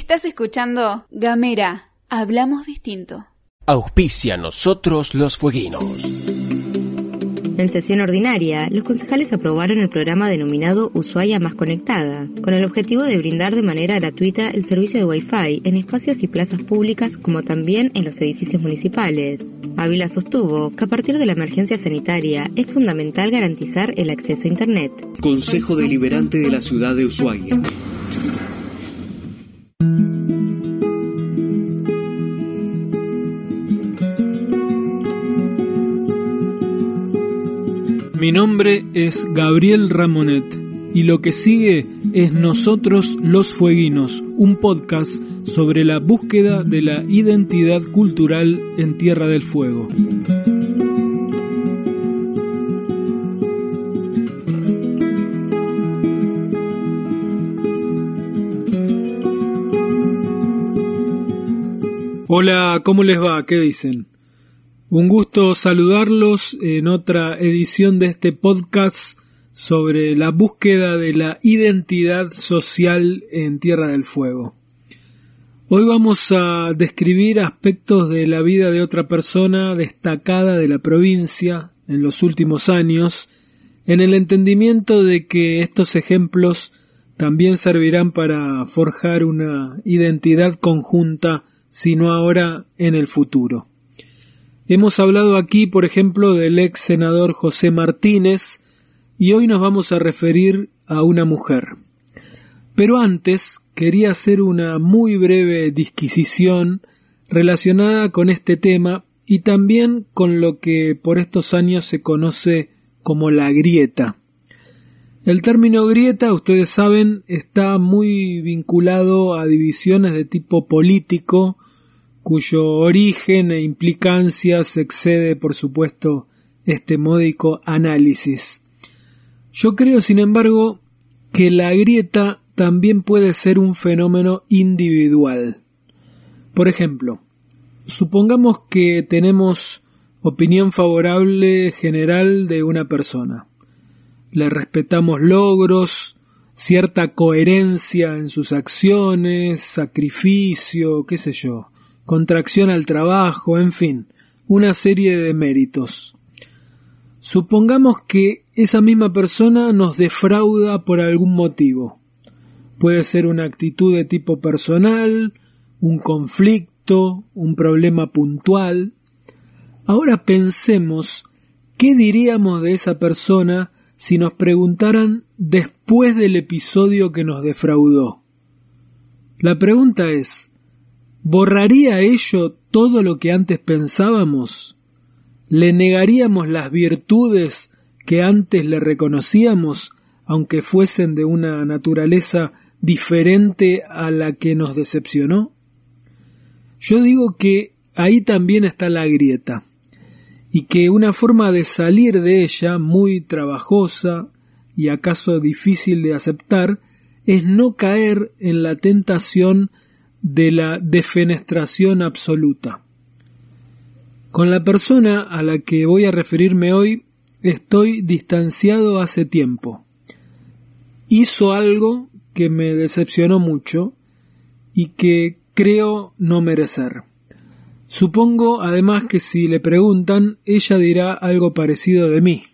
Estás escuchando Gamera, hablamos distinto. Auspicia nosotros los fueguinos. En sesión ordinaria, los concejales aprobaron el programa denominado Ushuaia Más Conectada, con el objetivo de brindar de manera gratuita el servicio de Wi-Fi en espacios y plazas públicas como también en los edificios municipales. Ávila sostuvo que a partir de la emergencia sanitaria es fundamental garantizar el acceso a Internet. Consejo Deliberante de la Ciudad de Ushuaia. Mi nombre es Gabriel Ramonet y lo que sigue es Nosotros los Fueguinos, un podcast sobre la búsqueda de la identidad cultural en Tierra del Fuego. Hola, ¿cómo les va? ¿Qué dicen? Un gusto saludarlos en otra edición de este podcast sobre la búsqueda de la identidad social en Tierra del Fuego. Hoy vamos a describir aspectos de la vida de otra persona destacada de la provincia en los últimos años, en el entendimiento de que estos ejemplos también servirán para forjar una identidad conjunta, si no ahora, en el futuro. Hemos hablado aquí, por ejemplo, del ex senador José Martínez, y hoy nos vamos a referir a una mujer. Pero antes quería hacer una muy breve disquisición relacionada con este tema y también con lo que por estos años se conoce como la grieta. El término grieta, ustedes saben, está muy vinculado a divisiones de tipo político, cuyo origen e implicancias excede, por supuesto, este módico análisis. Yo creo, sin embargo, que la grieta también puede ser un fenómeno individual. Por ejemplo, supongamos que tenemos opinión favorable general de una persona. Le respetamos logros, cierta coherencia en sus acciones, sacrificio, qué sé yo, contracción al trabajo, en fin, una serie de méritos. Supongamos que esa misma persona nos defrauda por algún motivo. Puede ser una actitud de tipo personal, un conflicto, un problema puntual. Ahora pensemos qué diríamos de esa persona si nos preguntaran después del episodio que nos defraudó. La pregunta es: ¿borraría ello todo lo que antes pensábamos? ¿Le negaríamos las virtudes que antes le reconocíamos, aunque fuesen de una naturaleza diferente a la que nos decepcionó? Yo digo que ahí también está la grieta, y que una forma de salir de ella, muy trabajosa y acaso difícil de aceptar, es no caer en la tentación de la defenestración absoluta. Con la persona a la que voy a referirme hoy estoy distanciado hace tiempo. Hizo algo que me decepcionó mucho y que creo no merecer. Supongo, además, que si le preguntan, ella dirá algo parecido de mí.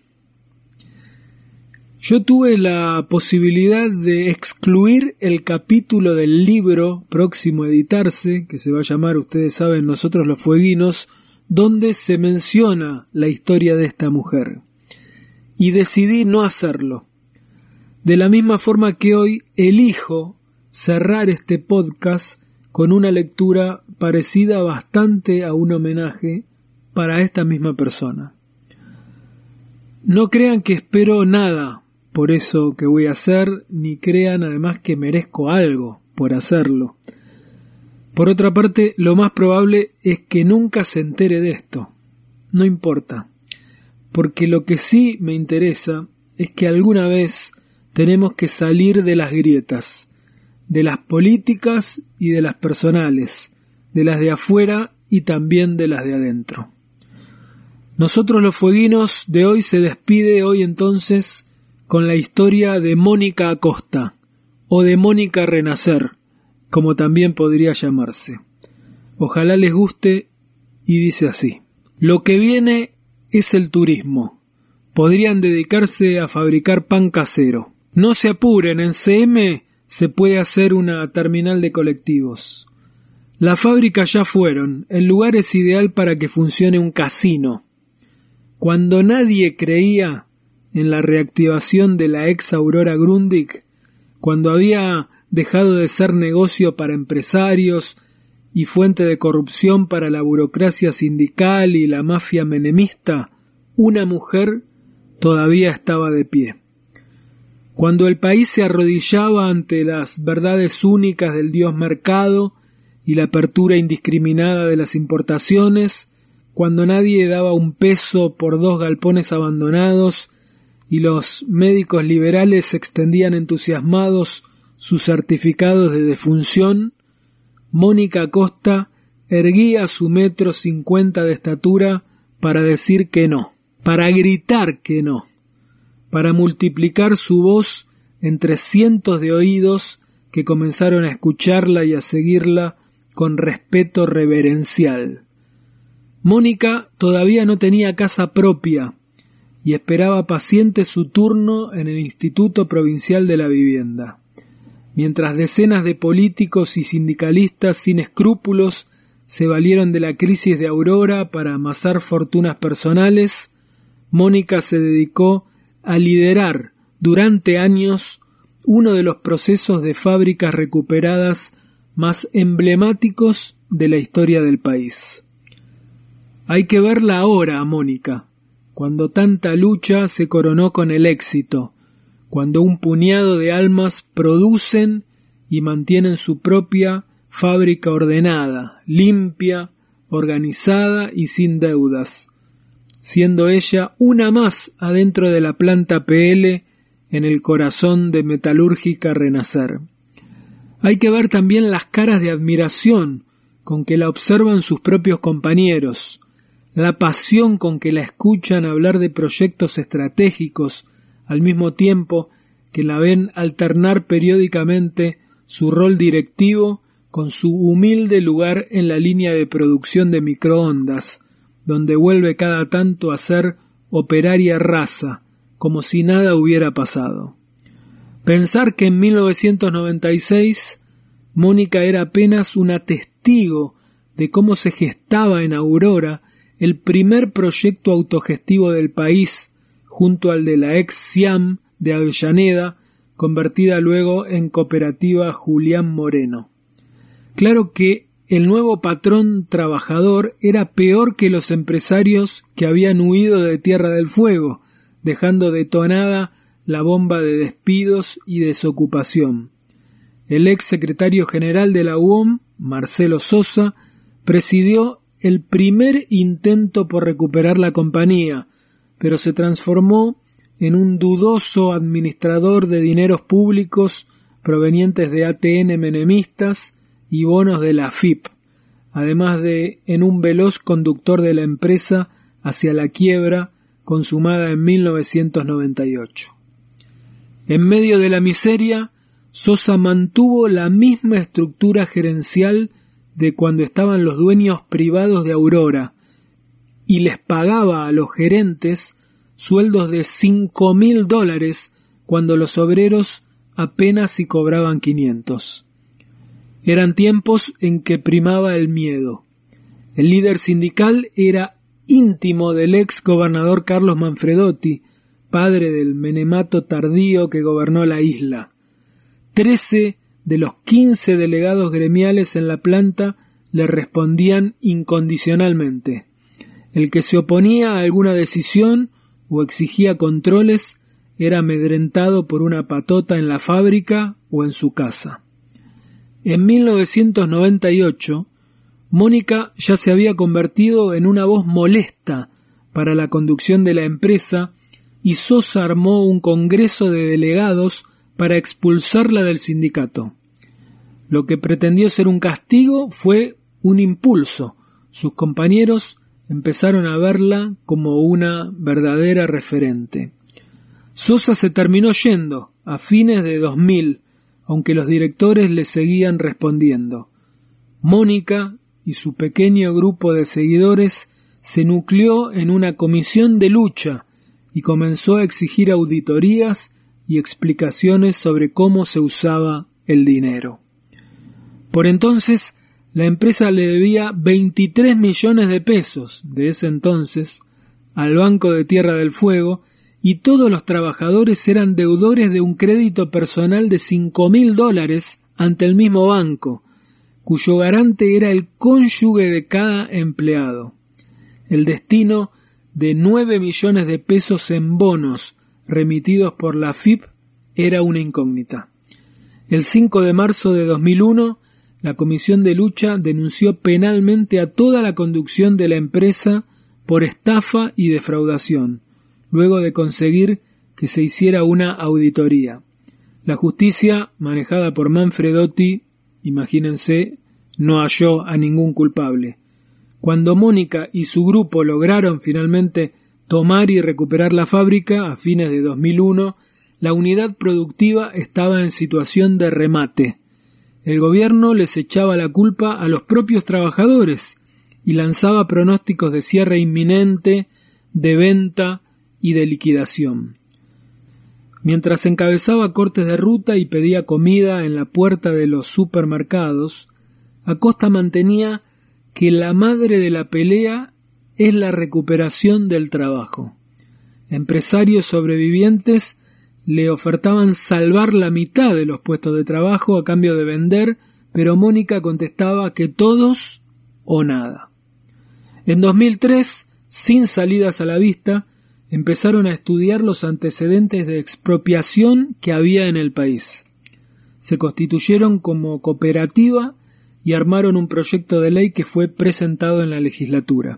Yo tuve la posibilidad de excluir el capítulo del libro próximo a editarse, que se va a llamar, ustedes saben, Nosotros los Fueguinos, donde se menciona la historia de esta mujer. Y decidí no hacerlo. De la misma forma que hoy elijo cerrar este podcast con una lectura parecida bastante a un homenaje para esta misma persona. No crean que espero nada por eso que voy a hacer, ni crean además que merezco algo por hacerlo. Por otra parte, lo más probable es que nunca se entere de esto. No importa, porque lo que sí me interesa es que alguna vez tenemos que salir de las grietas, de las políticas y de las personales, de las de afuera y también de las de adentro. Nosotros los Fueguinos de hoy se despide hoy entonces con la historia de Mónica Acosta, o de Mónica Renacer, como también podría llamarse. Ojalá les guste y dice así. Lo que viene es el turismo. Podrían dedicarse a fabricar pan casero. No se apuren, en CM se puede hacer una terminal de colectivos. Las fábricas ya fueron, el lugar es ideal para que funcione un casino. Cuando nadie creía en la reactivación de la ex Aurora Grundig, cuando había dejado de ser negocio para empresarios y fuente de corrupción para la burocracia sindical y la mafia menemista, una mujer todavía estaba de pie. Cuando el país se arrodillaba ante las verdades únicas del Dios mercado y la apertura indiscriminada de las importaciones, cuando nadie daba un peso por 2 galpones abandonados y los médicos liberales extendían entusiasmados sus certificados de defunción, Mónica Acosta erguía su 1,50 m de estatura para decir que no, para gritar que no, para multiplicar su voz entre cientos de oídos que comenzaron a escucharla y a seguirla con respeto reverencial. Mónica todavía no tenía casa propia y esperaba paciente su turno en el Instituto Provincial de la Vivienda. Mientras decenas de políticos y sindicalistas sin escrúpulos se valieron de la crisis de Aurora para amasar fortunas personales, Mónica se dedicó a liderar durante años uno de los procesos de fábricas recuperadas más emblemáticos de la historia del país. Hay que verla ahora a Mónica, cuando tanta lucha se coronó con el éxito, cuando un puñado de almas producen y mantienen su propia fábrica ordenada, limpia, organizada y sin deudas, siendo ella una más adentro de la planta PL en el corazón de Metalúrgica Renacer. Hay que ver también las caras de admiración con que la observan sus propios compañeros, la pasión con que la escuchan hablar de proyectos estratégicos, al mismo tiempo que la ven alternar periódicamente su rol directivo con su humilde lugar en la línea de producción de microondas, donde vuelve cada tanto a ser operaria rasa, como si nada hubiera pasado. Pensar que en 1996 Mónica era apenas una testigo de cómo se gestaba en Aurora el primer proyecto autogestivo del país, junto al de la ex Siam de Avellaneda, convertida luego en Cooperativa Julián Moreno. Claro que el nuevo patrón trabajador era peor que los empresarios que habían huido de Tierra del Fuego, dejando detonada la bomba de despidos y desocupación. El ex secretario general de la UOM, Marcelo Sosa, presidió el primer intento por recuperar la compañía, pero se transformó en un dudoso administrador de dineros públicos provenientes de ATN menemistas y bonos de la AFIP, además de en un veloz conductor de la empresa hacia la quiebra consumada en 1998. En medio de la miseria, Sosa mantuvo la misma estructura gerencial de cuando estaban los dueños privados de Aurora, y les pagaba a los gerentes sueldos de $5.000 cuando los obreros apenas si cobraban 500. Eran tiempos en que primaba el miedo. El líder sindical era íntimo del ex gobernador Carlos Manfredotti, padre del menemato tardío que gobernó la isla. 13 de los 15 delegados gremiales en la planta le respondían incondicionalmente. El que se oponía a alguna decisión o exigía controles era amedrentado por una patota en la fábrica o en su casa. En 1998, Mónica ya se había convertido en una voz molesta para la conducción de la empresa y Sosa armó un congreso de delegados para expulsarla del sindicato. Lo que pretendió ser un castigo fue un impulso. Sus compañeros empezaron a verla como una verdadera referente. Sosa se terminó yendo a fines de 2000, aunque los directores le seguían respondiendo. Mónica y su pequeño grupo de seguidores se nucleó en una comisión de lucha y comenzó a exigir auditorías y explicaciones sobre cómo se usaba el dinero. Por entonces, la empresa le debía 23 millones de pesos de ese entonces al Banco de Tierra del Fuego, y todos los trabajadores eran deudores de un crédito personal de $5.000 ante el mismo banco, cuyo garante era el cónyuge de cada empleado. El destino de 9 millones de pesos en bonos remitidos por la AFIP era una incógnita. El 5 de marzo de 2001, la Comisión de Lucha denunció penalmente a toda la conducción de la empresa por estafa y defraudación, luego de conseguir que se hiciera una auditoría. La justicia, manejada por Manfredotti, imagínense, no halló a ningún culpable. Cuando Mónica y su grupo lograron finalmente tomar y recuperar la fábrica a fines de 2001, la unidad productiva estaba en situación de remate. El gobierno les echaba la culpa a los propios trabajadores y lanzaba pronósticos de cierre inminente, de venta y de liquidación. Mientras encabezaba cortes de ruta y pedía comida en la puerta de los supermercados, Acosta mantenía que la madre de la pelea es la recuperación del trabajo. Empresarios sobrevivientes le ofertaban salvar la mitad de los puestos de trabajo a cambio de vender, pero Mónica contestaba que todos o nada. En 2003, sin salidas a la vista, empezaron a estudiar los antecedentes de expropiación que había en el país. Se constituyeron como cooperativa y armaron un proyecto de ley que fue presentado en la legislatura.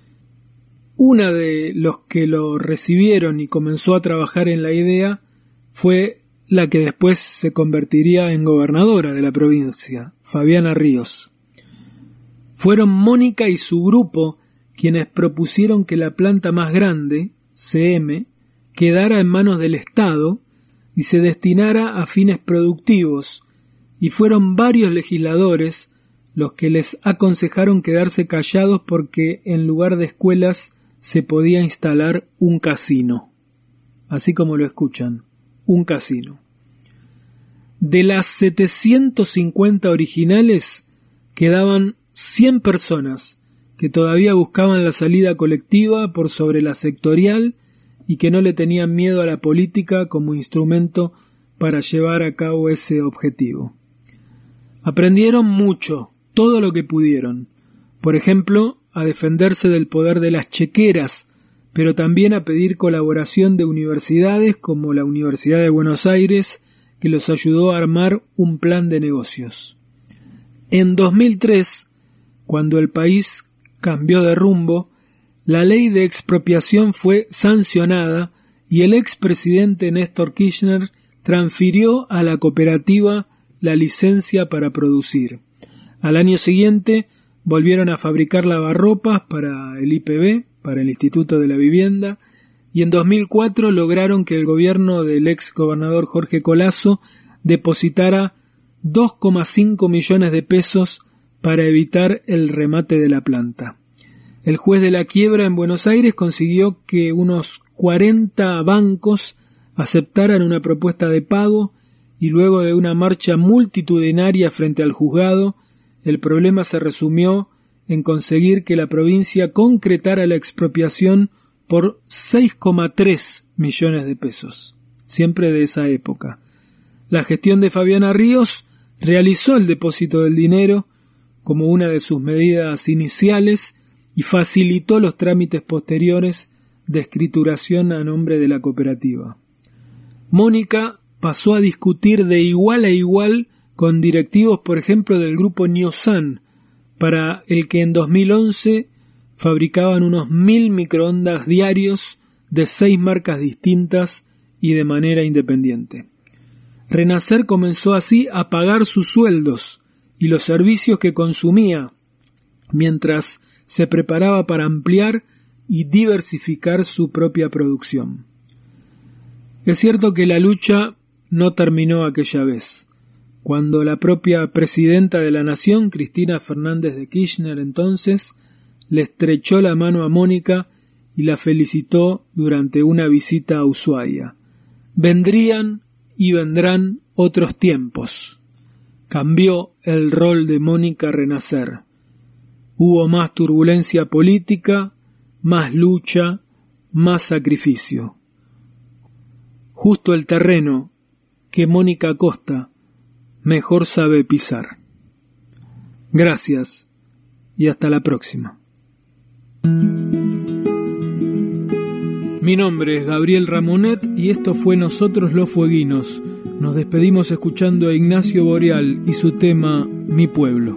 Una de los que lo recibieron y comenzó a trabajar en la idea fue la que después se convertiría en gobernadora de la provincia, Fabiana Ríos. Fueron Mónica y su grupo quienes propusieron que la planta más grande, CM, quedara en manos del Estado y se destinara a fines productivos, y fueron varios legisladores los que les aconsejaron quedarse callados porque en lugar de escuelas se podía instalar un casino. Así como lo escuchan, un casino. De las 750 originales quedaban 100 personas que todavía buscaban la salida colectiva por sobre la sectorial y que no le tenían miedo a la política como instrumento para llevar a cabo ese objetivo. Aprendieron mucho, todo lo que pudieron. Por ejemplo, a defenderse del poder de las chequeras, pero también a pedir colaboración de universidades como la Universidad de Buenos Aires, que los ayudó a armar un plan de negocios. En 2003, cuando el país cambió de rumbo, la ley de expropiación fue sancionada y el expresidente Néstor Kirchner transfirió a la cooperativa la licencia para producir. Al año siguiente volvieron a fabricar lavarropas para el IPB, para el Instituto de la Vivienda, y en 2004 lograron que el gobierno del ex gobernador Jorge Colasso depositara 2,5 millones de pesos para evitar el remate de la planta. El juez de la quiebra en Buenos Aires consiguió que unos 40 bancos aceptaran una propuesta de pago y luego de una marcha multitudinaria frente al juzgado, el problema se resumió en conseguir que la provincia concretara la expropiación por 6,3 millones de pesos, siempre de esa época. La gestión de Fabiana Ríos realizó el depósito del dinero como una de sus medidas iniciales y facilitó los trámites posteriores de escrituración a nombre de la cooperativa. Mónica pasó a discutir de igual a igual con directivos, por ejemplo, del grupo Niosan, para el que en 2011 fabricaban unos 1000 microondas diarios de 6 marcas distintas y de manera independiente. Renacer comenzó así a pagar sus sueldos y los servicios que consumía, mientras se preparaba para ampliar y diversificar su propia producción. Es cierto que la lucha no terminó aquella vez. cuando la propia presidenta de la Nación, Cristina Fernández de Kirchner, entonces, le estrechó la mano a Mónica y la felicitó durante una visita a Ushuaia. Vendrían y vendrán otros tiempos. Cambió el rol de Mónica Renacer. Hubo más turbulencia política, más lucha, más sacrificio. Justo el terreno que Mónica Acosta mejor sabe pisar. Gracias y hasta la próxima. Mi nombre es Gabriel Ramonet y esto fue Nosotros los Fueguinos. Nos despedimos escuchando a Ignacio Boreal y su tema Mi Pueblo.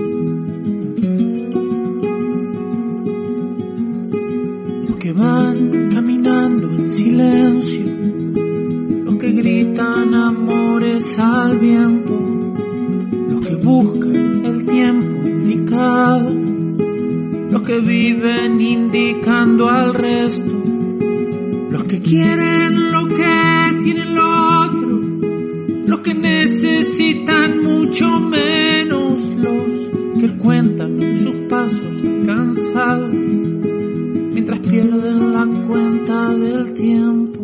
Los que van caminando en silencio, los que gritan amores al viento, los que buscan el tiempo indicado, los que viven indicando al resto, los que quieren lo que tienen lo otro, los que necesitan mucho menos, los que cuentan sus pasos cansados mientras pierden la cuenta del tiempo.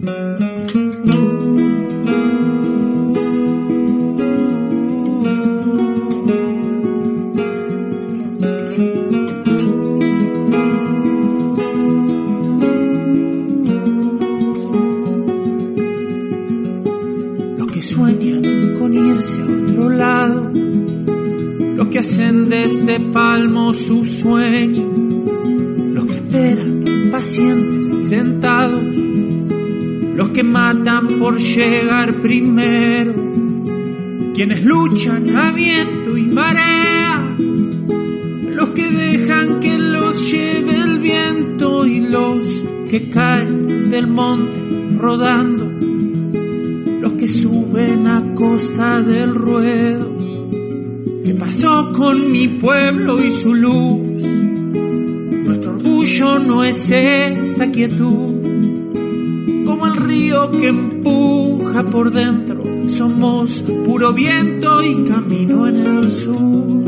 Que hacen de este palmo su sueño, los que esperan pacientes sentados, los que matan por llegar primero, quienes luchan a viento y marea, los que dejan que los lleve el viento y los que caen del monte rodando, los que suben a costa del ruedo. ¿Qué pasó con mi pueblo y su luz? Nuestro orgullo no es esta quietud. Como el río que empuja por dentro, somos puro viento y camino en el sur.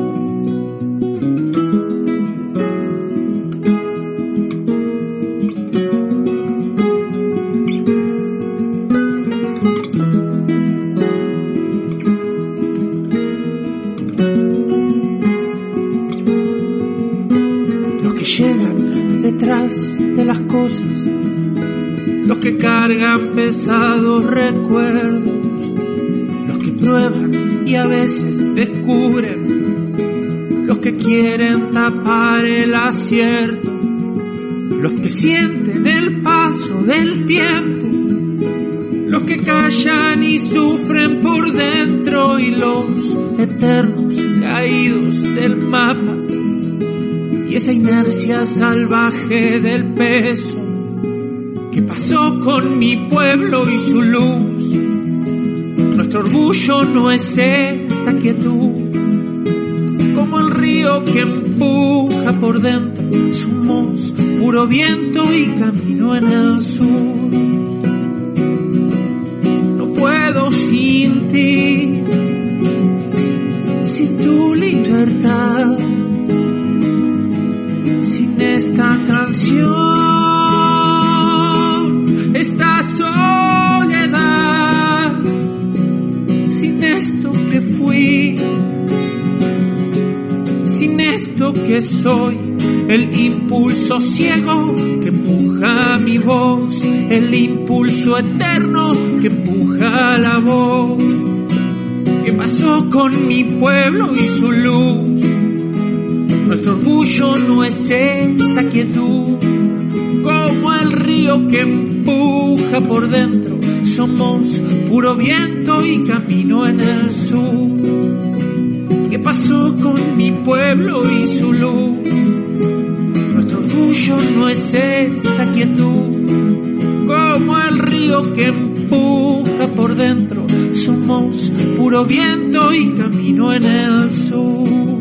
De las cosas, los que cargan pesados recuerdos, los que prueban y a veces descubren, los que quieren tapar el acierto, los que sienten el paso del tiempo, los que callan y sufren por dentro y los eternos caídos del mapa. Y esa inercia salvaje del peso. ¿Qué pasó con mi pueblo y su luz? Nuestro orgullo no es esta quietud. Como el río que empuja por dentro, somos puro viento y camino en el sur. No puedo sin ti, sin tu libertad. Esta canción, esta soledad, sin esto que fui, sin esto que soy, el impulso ciego que empuja mi voz, el impulso eterno que empuja la voz. ¿Qué pasó con mi pueblo y su luz? Nuestro orgullo no es esta quietud. Como el río que empuja por dentro, somos puro viento y camino en el sur. ¿Qué pasó con mi pueblo y su luz? Nuestro orgullo no es esta quietud. Como el río que empuja por dentro, somos puro viento y camino en el sur.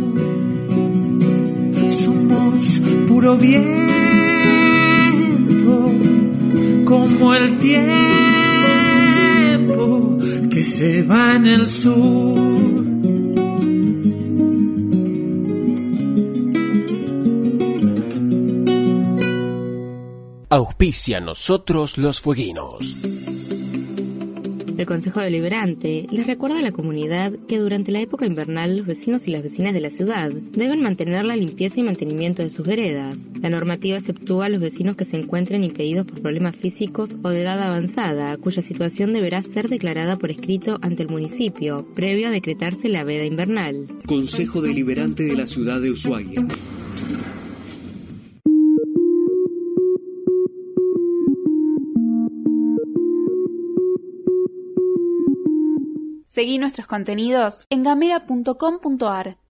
Puro viento, como el tiempo que se va en el sur. Auspicia nosotros los fueguinos. El Consejo Deliberante les recuerda a la comunidad que durante la época invernal los vecinos y las vecinas de la ciudad deben mantener la limpieza y mantenimiento de sus veredas. La normativa exceptúa a los vecinos que se encuentren impedidos por problemas físicos o de edad avanzada, cuya situación deberá ser declarada por escrito ante el municipio, previo a decretarse la veda invernal. Consejo Deliberante de la Ciudad de Ushuaia. Seguí nuestros contenidos en gamera.com.ar.